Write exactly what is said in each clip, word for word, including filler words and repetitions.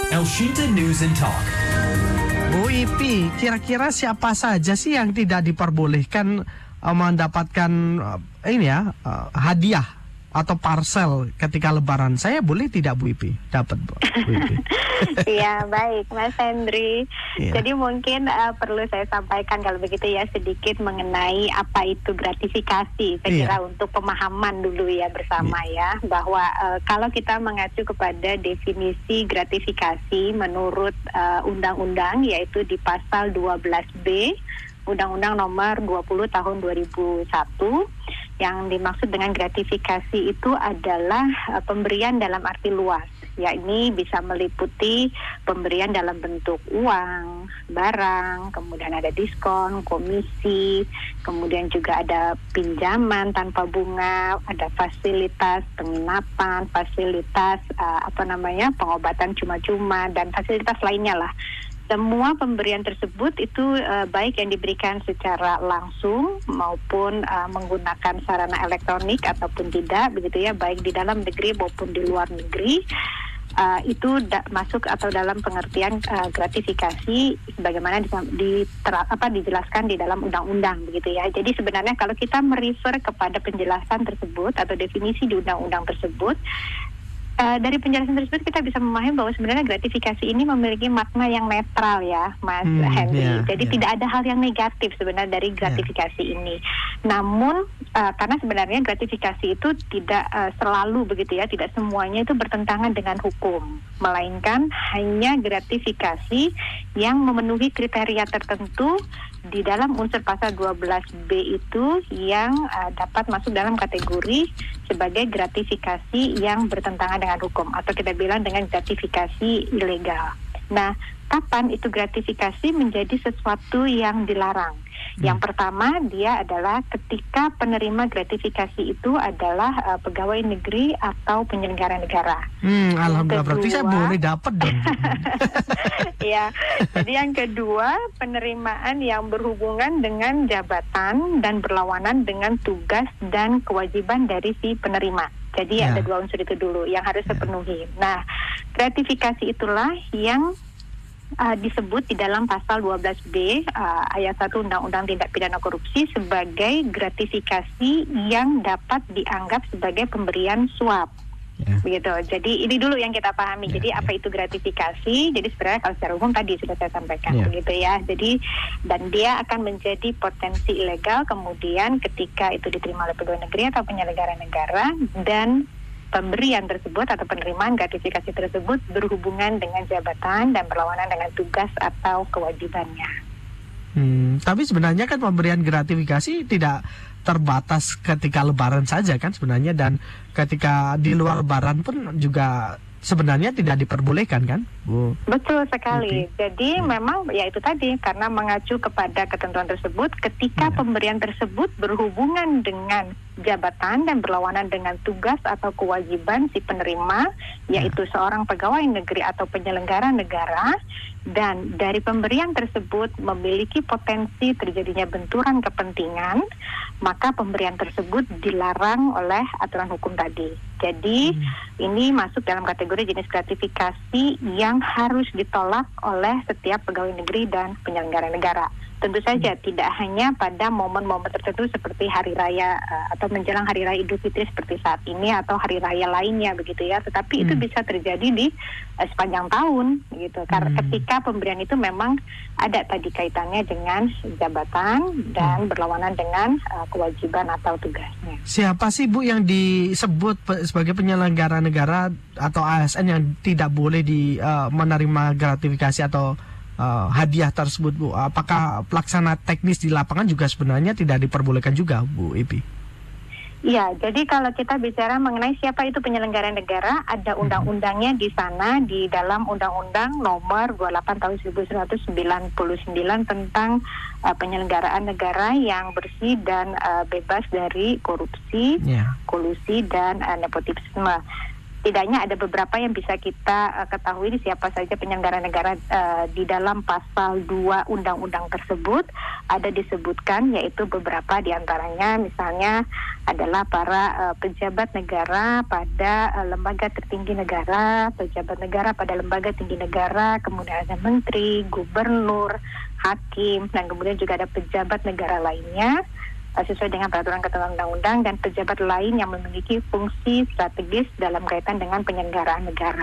Elshinta News and Talk. Bu Ipi, kira-kira siapa saja sih yang tidak diperbolehkan uh, mendapatkan uh, ini ya uh, hadiah atau parcel ketika Lebaran? Saya boleh tidak Bu Ipi? Dapat Bu, Bu Ipi. Iya, baik Mas Hendri. Iya. Jadi mungkin uh, perlu saya sampaikan kalau begitu ya sedikit mengenai apa itu gratifikasi. Saya Iya. kira untuk pemahaman dulu ya bersama ya bahwa uh, kalau kita mengacu kepada definisi gratifikasi menurut uh, undang-undang yaitu di pasal dua belas B Undang-Undang Nomor dua puluh Tahun dua ribu satu, yang dimaksud dengan gratifikasi itu adalah uh, pemberian dalam arti luas, yakni bisa meliputi pemberian dalam bentuk uang, barang, kemudian ada diskon, komisi, kemudian juga ada pinjaman tanpa bunga, ada fasilitas penginapan, fasilitas uh, apa namanya pengobatan cuma-cuma dan fasilitas lainnya lah. Semua pemberian tersebut itu uh, baik yang diberikan secara langsung maupun uh, menggunakan sarana elektronik ataupun tidak, begitu ya, baik di dalam negeri maupun di luar negeri. Uh, itu da- masuk atau dalam pengertian uh, gratifikasi sebagaimana di, di ter, apa dijelaskan di dalam undang-undang, begitu ya. Jadi sebenarnya kalau kita merefer kepada penjelasan tersebut atau definisi di undang-undang tersebut, Uh, dari penjelasan tersebut kita bisa memahami bahwa sebenarnya gratifikasi ini memiliki makna yang netral ya, Mas Hmm, Henry. yeah, Jadi yeah. tidak ada hal yang negatif sebenarnya dari gratifikasi yeah. ini. Namun uh, karena sebenarnya gratifikasi itu tidak uh, selalu begitu ya, tidak semuanya itu bertentangan dengan hukum, melainkan hanya gratifikasi yang memenuhi kriteria tertentu di dalam unsur pasal dua belas B itu yang uh, dapat masuk dalam kategori sebagai gratifikasi yang bertentangan dengan hukum atau kita bilang dengan gratifikasi ilegal. Nah, kapan itu gratifikasi menjadi sesuatu yang dilarang? Hmm. Yang pertama, dia adalah ketika penerima gratifikasi itu adalah uh, pegawai negeri atau penyelenggara negara. Hmm, alhamdulillah, berarti saya boleh dapat dong. Ya, jadi yang kedua, penerimaan yang berhubungan dengan jabatan dan berlawanan dengan tugas dan kewajiban dari si penerima. Jadi Ya. ada dua unsur itu dulu yang harus terpenuhi. Nah, gratifikasi itulah yang uh, disebut di dalam pasal dua belas B uh, ayat satu Undang-Undang Tindak Pidana Korupsi sebagai gratifikasi yang dapat dianggap sebagai pemberian suap. Ya. Begitu. Jadi ini dulu yang kita pahami. Ya, Jadi ya. apa itu gratifikasi? Jadi sebenarnya kalau secara umum tadi sudah saya sampaikan, Ya. begitu ya. Jadi dan dia akan menjadi potensi ilegal kemudian ketika itu diterima oleh pegawai negeri atau penyelenggara negara dan pemberian tersebut atau penerimaan gratifikasi tersebut berhubungan dengan jabatan dan berlawanan dengan tugas atau kewajibannya. Hmm, tapi sebenarnya kan pemberian gratifikasi tidak terbatas ketika Lebaran saja kan sebenarnya, dan ketika di luar Lebaran pun juga sebenarnya tidak diperbolehkan kan, Bu? Betul sekali. Oke. Jadi Hmm. memang ya itu tadi karena mengacu kepada ketentuan tersebut, ketika Ya. pemberian tersebut berhubungan dengan jabatan dan berlawanan dengan tugas atau kewajiban si penerima, yaitu seorang pegawai negeri atau penyelenggara negara, dan dari pemberian tersebut memiliki potensi terjadinya benturan kepentingan, maka pemberian tersebut dilarang oleh aturan hukum tadi. Jadi Hmm. ini masuk dalam kategori jenis gratifikasi yang harus ditolak oleh setiap pegawai negeri dan penyelenggara negara. Tentu saja tidak hanya pada momen-momen tertentu seperti hari raya uh, atau menjelang hari raya Idul Fitri seperti saat ini atau hari raya lainnya begitu ya, tetapi itu Hmm. bisa terjadi di uh, sepanjang tahun gitu. Karena Hmm. ketika pemberian itu memang ada tadi kaitannya dengan jabatan dan Hmm. berlawanan dengan uh, kewajiban atau tugasnya. Siapa sih Bu yang disebut pe- sebagai penyelenggara negara atau A S N yang tidak boleh di uh, menerima gratifikasi atau uh, hadiah tersebut, Bu? Apakah pelaksana teknis di lapangan juga sebenarnya tidak diperbolehkan juga, Bu Ipi? Iya, jadi kalau kita bicara mengenai siapa itu penyelenggara negara, ada undang-undangnya di sana di dalam Undang-Undang Nomor dua puluh delapan Tahun seribu sembilan ratus sembilan puluh sembilan tentang uh, penyelenggaraan negara yang bersih dan uh, bebas dari korupsi, Ya. kolusi dan uh, nepotisme. Setidaknya ada beberapa yang bisa kita uh, ketahui siapa saja penyelenggara negara uh, di dalam pasal dua undang-undang tersebut ada disebutkan, yaitu beberapa diantaranya misalnya adalah para uh, pejabat negara pada uh, lembaga tertinggi negara, pejabat negara pada lembaga tinggi negara, kemudian ada menteri, gubernur, hakim, dan kemudian juga ada pejabat negara lainnya sesuai dengan peraturan ketentuan undang-undang, dan pejabat lain yang memiliki fungsi strategis dalam kaitan dengan penyelenggaraan negara.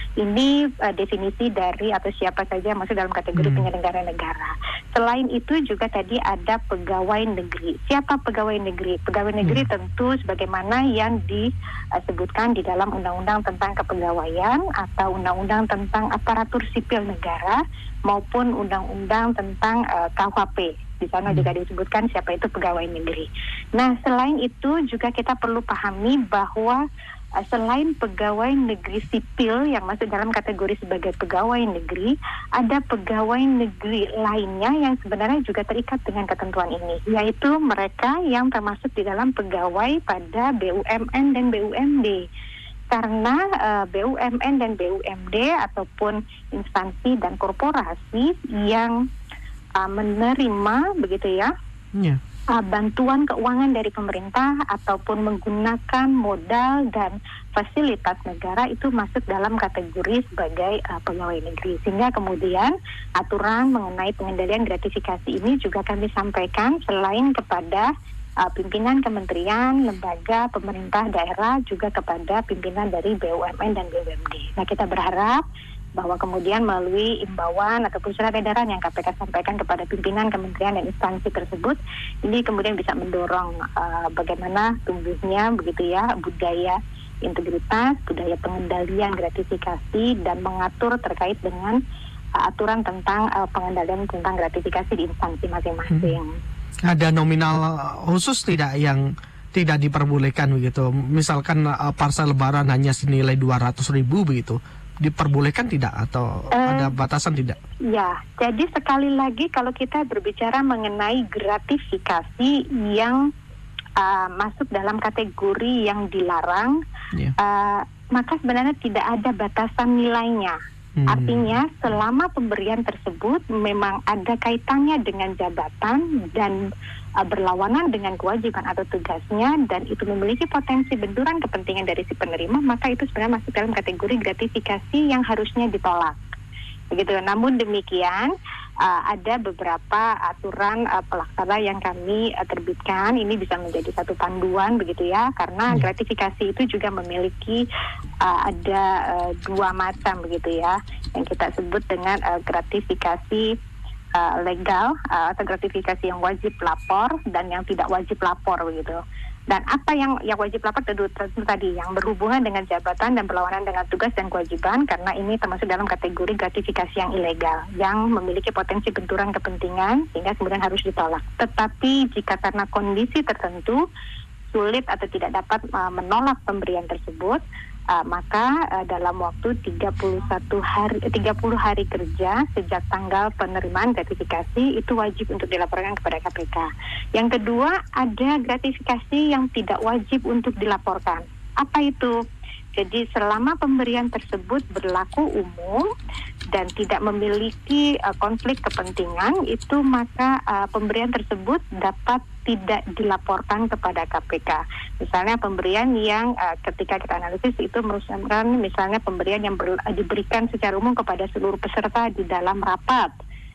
Ini uh, definisi dari atau siapa saja yang masuk dalam kategori hmm. penyelenggara negara. Selain itu juga tadi ada pegawai negeri. Siapa pegawai negeri? Pegawai negeri hmm. tentu sebagaimana yang disebutkan di dalam undang-undang tentang kepegawaian atau undang-undang tentang aparatur sipil negara maupun undang-undang tentang uh, K U H P. Di sana juga disebutkan siapa itu pegawai negeri. Nah, selain itu juga kita perlu pahami bahwa uh, selain pegawai negeri sipil yang masuk dalam kategori sebagai pegawai negeri, ada pegawai negeri lainnya yang sebenarnya juga terikat dengan ketentuan ini, yaitu mereka yang termasuk di dalam pegawai pada B U M N dan B U M D. Karena uh, B U M N dan B U M D ataupun instansi dan korporasi yang uh, menerima begitu ya yeah. uh, bantuan keuangan dari pemerintah ataupun menggunakan modal dan fasilitas negara itu masuk dalam kategori sebagai uh, pegawai negeri. Sehingga kemudian aturan mengenai pengendalian gratifikasi ini juga kami sampaikan selain kepada Uh, pimpinan kementerian, lembaga, pemerintah daerah, juga kepada pimpinan dari B U M N dan B U M D. Nah, kita berharap bahwa kemudian melalui imbauan ataupun surat edaran yang K P K sampaikan kepada pimpinan kementerian dan instansi tersebut, ini kemudian bisa mendorong uh, bagaimana tumbuhnya begitu ya budaya integritas, budaya pengendalian gratifikasi, dan mengatur terkait dengan uh, aturan tentang uh, pengendalian tentang gratifikasi di instansi masing-masing. Hmm. Ada nominal khusus tidak yang tidak diperbolehkan begitu? Misalkan uh, parsel lebaran hanya senilai dua ratus ribu begitu, diperbolehkan tidak atau uh, ada batasan tidak? Ya, jadi sekali lagi kalau kita berbicara mengenai gratifikasi yang uh, masuk dalam kategori yang dilarang, yeah. uh, maka sebenarnya tidak ada batasan nilainya. Hmm. Artinya selama pemberian tersebut memang ada kaitannya dengan jabatan dan uh, berlawanan dengan kewajiban atau tugasnya, dan itu memiliki potensi benturan kepentingan dari si penerima, maka itu sebenarnya masuk dalam kategori gratifikasi yang harusnya ditolak. Begitu. Namun demikian uh, ada beberapa aturan uh, pelaksana yang kami uh, terbitkan. Ini bisa menjadi satu panduan begitu ya, karena hmm. gratifikasi itu juga memiliki uh, ada uh, dua macam begitu ya, yang kita sebut dengan uh, gratifikasi uh, legal uh, atau gratifikasi yang wajib lapor dan yang tidak wajib lapor begitu. Dan apa yang yang wajib lapor tentu, tentu tadi yang berhubungan dengan jabatan dan berlawanan dengan tugas dan kewajiban, karena ini termasuk dalam kategori gratifikasi yang ilegal yang memiliki potensi benturan kepentingan sehingga kemudian harus ditolak. Tetapi jika karena kondisi tertentu sulit atau tidak dapat uh, menolak pemberian tersebut, uh, maka uh, dalam waktu tiga puluh satu hari tiga puluh hari kerja sejak tanggal penerimaan gratifikasi itu wajib untuk dilaporkan kepada K P K. Yang kedua, ada gratifikasi yang tidak wajib untuk dilaporkan. Apa itu? Jadi selama pemberian tersebut berlaku umum dan tidak memiliki uh, konflik kepentingan, itu maka uh, pemberian tersebut dapat tidak dilaporkan kepada K P K. Misalnya pemberian yang uh, ketika kita analisis itu merupakan misalnya pemberian yang ber, uh, diberikan secara umum kepada seluruh peserta di dalam rapat.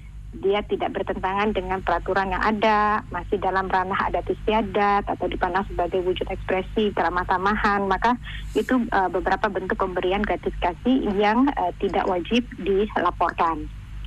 Dia tidak bertentangan dengan peraturan yang ada, masih dalam ranah adat istiadat atau dipandang sebagai wujud ekspresi keramah tamahan, maka itu uh, beberapa bentuk pemberian gratifikasi yang uh, tidak wajib dilaporkan.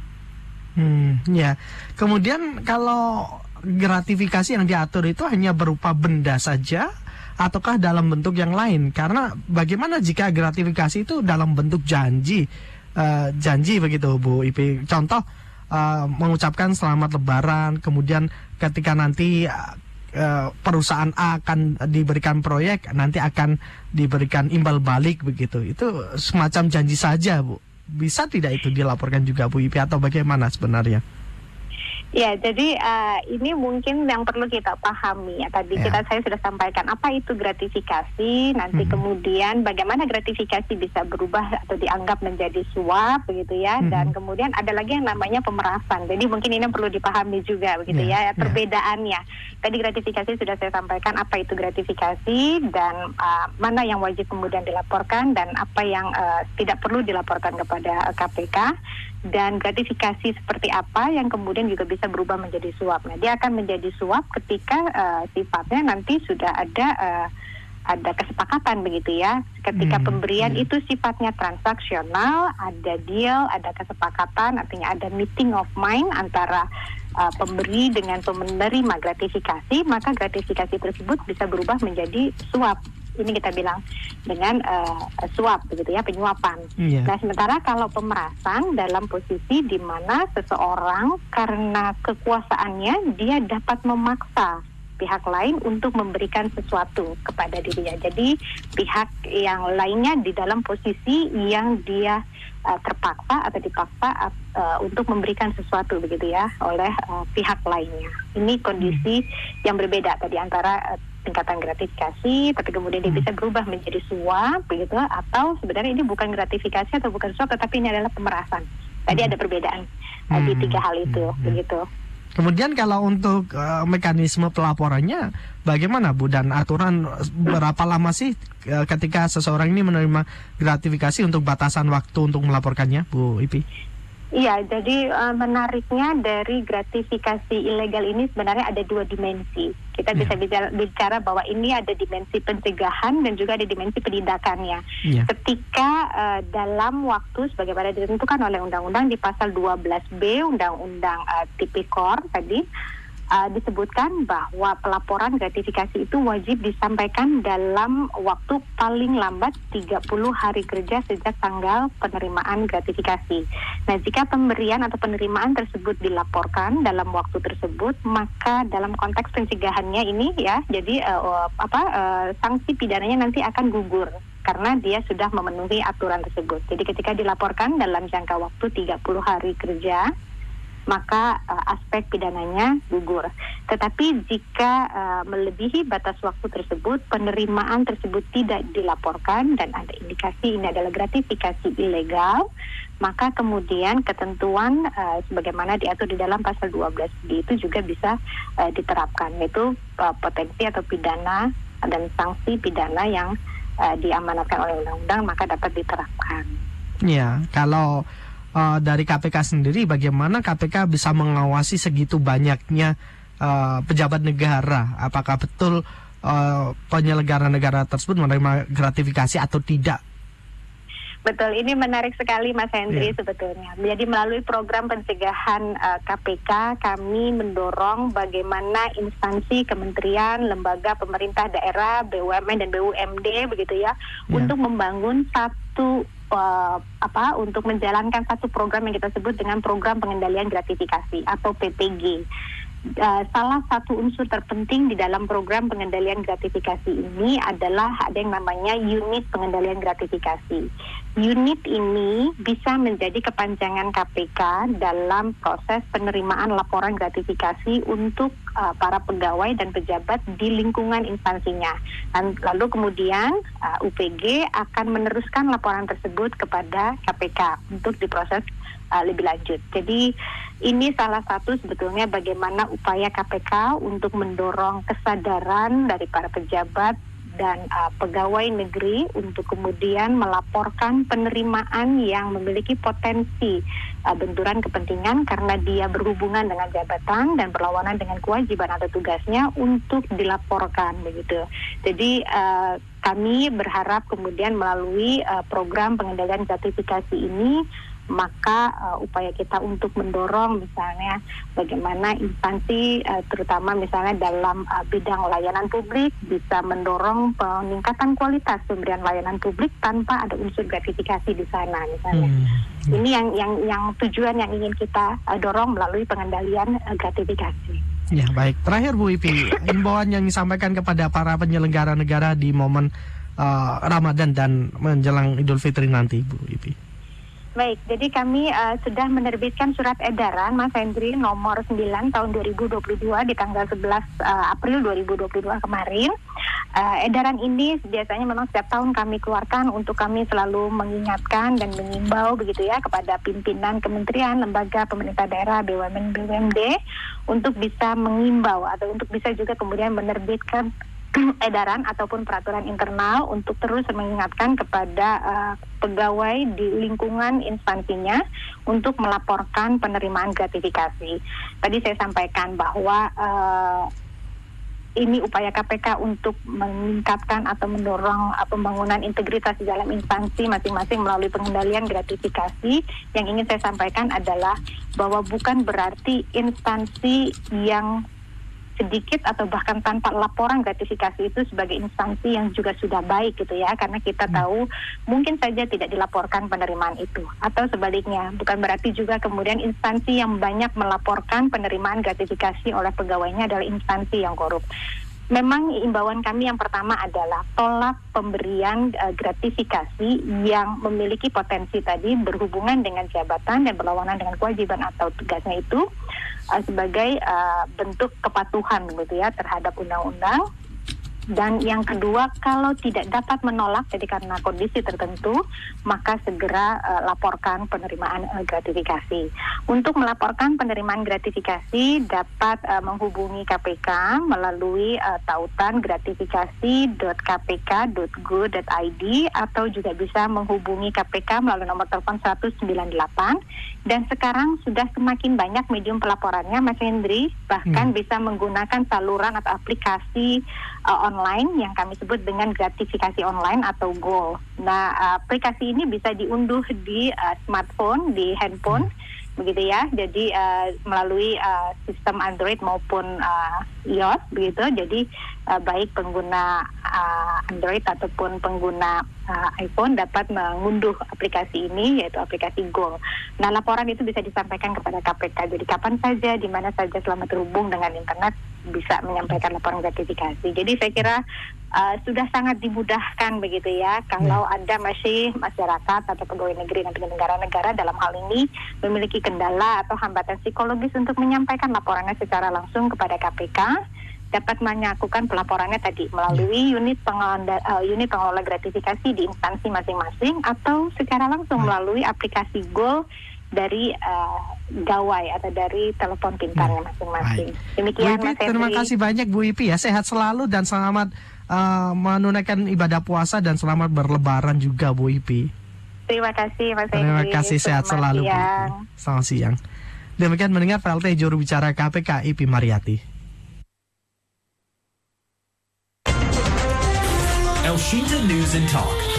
Hmm, ya. Kemudian kalau gratifikasi yang diatur itu hanya berupa benda saja ataukah dalam bentuk yang lain? Karena bagaimana jika gratifikasi itu dalam bentuk janji, uh, janji begitu Bu Ipi? Contoh, Uh, mengucapkan selamat lebaran, kemudian ketika nanti uh, perusahaan A akan diberikan proyek, nanti akan diberikan imbal balik begitu. Itu semacam janji saja, Bu. Bisa tidak itu dilaporkan juga Bu Ipi atau bagaimana sebenarnya? Ya, jadi uh, ini mungkin yang perlu kita pahami ya. Tadi Ya. kita saya sudah sampaikan apa itu gratifikasi, nanti Mhm. kemudian bagaimana gratifikasi bisa berubah atau dianggap menjadi suap begitu ya, Mhm. dan kemudian ada lagi yang namanya pemerasan. Jadi mungkin ini perlu dipahami juga begitu Ya, ya, ya. perbedaannya. Tadi gratifikasi sudah saya sampaikan apa itu gratifikasi dan uh, mana yang wajib kemudian dilaporkan dan apa yang uh, tidak perlu dilaporkan kepada uh, K P K. Dan gratifikasi seperti apa yang kemudian juga bisa berubah menjadi suap. Nah, dia akan menjadi suap ketika uh, sifatnya nanti sudah ada uh, ada kesepakatan begitu ya. Ketika Hmm, pemberian iya. itu sifatnya transaksional, ada deal, ada kesepakatan, artinya ada meeting of mind antara uh, pemberi dengan penerima gratifikasi, maka gratifikasi tersebut bisa berubah menjadi suap. Ini kita bilang dengan uh, suap begitu ya, penyuapan. Iya. Nah, sementara kalau pemerasan dalam posisi di mana seseorang karena kekuasaannya dia dapat memaksa pihak lain untuk memberikan sesuatu kepada dirinya. Jadi pihak yang lainnya di dalam posisi yang dia uh, terpaksa atau dipaksa uh, untuk memberikan sesuatu begitu ya oleh uh, pihak lainnya. Ini kondisi hmm. yang berbeda tadi antara uh, tingkatan gratifikasi, tapi kemudian dia bisa berubah menjadi suap, begitu, atau sebenarnya ini bukan gratifikasi atau bukan suap, tetapi ini adalah pemerasan. Tadi hmm. ada perbedaan uh, di tiga hal itu, hmm. begitu. Kemudian kalau untuk uh, mekanisme pelaporannya, bagaimana Bu? Dan aturan berapa lama sih uh, ketika seseorang ini menerima gratifikasi untuk batasan waktu untuk melaporkannya, Bu Ipi? Iya, jadi uh, menariknya dari gratifikasi ilegal ini sebenarnya ada dua dimensi. Kita yeah. bisa bicara, bicara bahwa ini ada dimensi pencegahan dan juga ada dimensi penindakannya. Yeah. Ketika uh, dalam waktu sebagaimana ditentukan oleh undang-undang di pasal dua belas B Undang-Undang uh, Tipikor tadi, Uh, disebutkan bahwa pelaporan gratifikasi itu wajib disampaikan dalam waktu paling lambat tiga puluh hari kerja sejak tanggal penerimaan gratifikasi. Nah, jika pemberian atau penerimaan tersebut dilaporkan dalam waktu tersebut, maka dalam konteks pencegahannya ini ya, jadi uh, apa uh, sanksi pidananya nanti akan gugur karena dia sudah memenuhi aturan tersebut. Jadi ketika dilaporkan dalam jangka waktu tiga puluh hari kerja, maka uh, aspek pidananya gugur. Tetapi jika uh, melebihi batas waktu tersebut, penerimaan tersebut tidak dilaporkan dan ada indikasi ini adalah gratifikasi ilegal, maka kemudian ketentuan uh, sebagaimana diatur di dalam pasal dua belas B itu juga bisa uh, diterapkan, yaitu uh, potensi atau pidana dan sanksi pidana yang uh, diamanatkan oleh undang-undang maka dapat diterapkan. Ya, kalau Uh, dari K P K sendiri, bagaimana K P K bisa mengawasi segitu banyaknya uh, pejabat negara? Apakah betul uh, penyelenggara negara tersebut menerima gratifikasi atau tidak? Betul, ini menarik sekali Mas Hendri yeah. sebetulnya. Jadi melalui program pencegahan uh, K P K, kami mendorong bagaimana instansi, kementerian, lembaga pemerintah daerah, B U M N dan B U M D begitu ya, yeah. untuk membangun satu Uh, apa untuk menjalankan satu program yang kita sebut dengan program pengendalian gratifikasi atau P P G. Uh, salah satu unsur terpenting di dalam program pengendalian gratifikasi ini adalah ada yang namanya unit pengendalian gratifikasi. Unit ini bisa menjadi kepanjangan K P K dalam proses penerimaan laporan gratifikasi untuk uh, para pegawai dan pejabat di lingkungan instansinya. Dan lalu kemudian uh, U P G akan meneruskan laporan tersebut kepada K P K untuk diproses uh, lebih lanjut. Jadi ini salah satu sebetulnya bagaimana upaya K P K untuk mendorong kesadaran dari para pejabat dan uh, pegawai negeri untuk kemudian melaporkan penerimaan yang memiliki potensi uh, benturan kepentingan karena dia berhubungan dengan jabatan dan berlawanan dengan kewajiban atau tugasnya untuk dilaporkan begitu. Jadi uh, kami berharap kemudian melalui uh, program pengendalian gratifikasi ini maka uh, upaya kita untuk mendorong misalnya bagaimana instansi uh, terutama misalnya dalam uh, bidang layanan publik bisa mendorong peningkatan kualitas pemberian layanan publik tanpa ada unsur gratifikasi di sana misalnya. Hmm. Ini yang yang yang tujuan yang ingin kita uh, dorong melalui pengendalian uh, gratifikasi. Ya, baik. Terakhir Bu Ipi, imbauan yang disampaikan kepada para penyelenggara negara di momen uh, Ramadan dan menjelang Idul Fitri nanti, Bu Ipi. Baik, jadi kami uh, sudah menerbitkan surat edaran Mas Hendri nomor sembilan tahun dua ribu dua puluh dua di tanggal sebelas uh, April dua ribu dua puluh dua kemarin. Uh, edaran ini biasanya memang setiap tahun kami keluarkan untuk kami selalu mengingatkan dan mengimbau begitu ya kepada pimpinan kementerian, lembaga, pemerintah daerah, B U M N, B U M D untuk bisa mengimbau atau untuk bisa juga kemudian menerbitkan edaran ataupun peraturan internal untuk terus mengingatkan kepada uh, pegawai di lingkungan instansinya untuk melaporkan penerimaan gratifikasi. Tadi saya sampaikan bahwa uh, ini upaya K P K untuk meningkatkan atau mendorong uh, pembangunan integritas di dalam instansi masing-masing melalui pengendalian gratifikasi. Yang ingin saya sampaikan adalah bahwa bukan berarti instansi yang sedikit atau bahkan tanpa laporan gratifikasi itu sebagai instansi yang juga sudah baik gitu ya, karena kita tahu mungkin saja tidak dilaporkan penerimaan itu, atau sebaliknya bukan berarti juga kemudian instansi yang banyak melaporkan penerimaan gratifikasi oleh pegawainya adalah instansi yang korup. Memang imbauan kami yang pertama adalah tolak pemberian uh, gratifikasi yang memiliki potensi tadi berhubungan dengan jabatan dan berlawanan dengan kewajiban atau tugasnya itu uh, sebagai uh, bentuk kepatuhan gitu ya terhadap undang-undang. Dan yang kedua, kalau tidak dapat menolak, jadi karena kondisi tertentu, maka segera uh, laporkan penerimaan uh, gratifikasi. Untuk melaporkan penerimaan gratifikasi, dapat uh, menghubungi K P K melalui uh, tautan gratifikasi dot k p k dot go dot i d atau juga bisa menghubungi K P K melalui nomor telepon seratus sembilan puluh delapan. Dan sekarang sudah semakin banyak medium pelaporannya, Mas Hendri, bahkan hmm. bisa menggunakan saluran atau aplikasi uh, online yang kami sebut dengan gratifikasi online atau G O L. Nah, aplikasi ini bisa diunduh di uh, smartphone, di handphone, begitu ya. Jadi uh, melalui uh, sistem Android maupun uh, iOS, begitu. Jadi uh, baik pengguna uh, Android ataupun pengguna uh, iPhone dapat mengunduh aplikasi ini, yaitu aplikasi G O L. Nah, laporan itu bisa disampaikan kepada K P K. Jadi kapan saja, di mana saja selama terhubung dengan internet bisa menyampaikan laporan gratifikasi. Jadi saya kira uh, sudah sangat dimudahkan begitu ya. Kalau hmm. ada masih masyarakat atau pegawai negeri dan penyelenggara negara dalam hal ini memiliki kendala atau hambatan psikologis untuk menyampaikan laporannya secara langsung kepada K P K, dapat melakukan pelaporannya tadi melalui unit pengelola uh, unit pengelola gratifikasi di instansi masing-masing atau secara langsung hmm. melalui aplikasi G O L dari uh, gawai atau dari telepon pintarnya masing-masing. Demikian Bu Ipi, Mas Hendri. Terima kasih banyak Bu Ipi ya, sehat selalu dan selamat uh, menunaikan ibadah puasa dan selamat berlebaran juga Bu Ipi. Terima kasih Mas Hendri. Terima kasih, sehat Selamat selalu siang. Bu Ipi. Selamat siang. Demikian mendengar P L T juru bicara K P K Ipi Mariati. Elshinta News and Talk.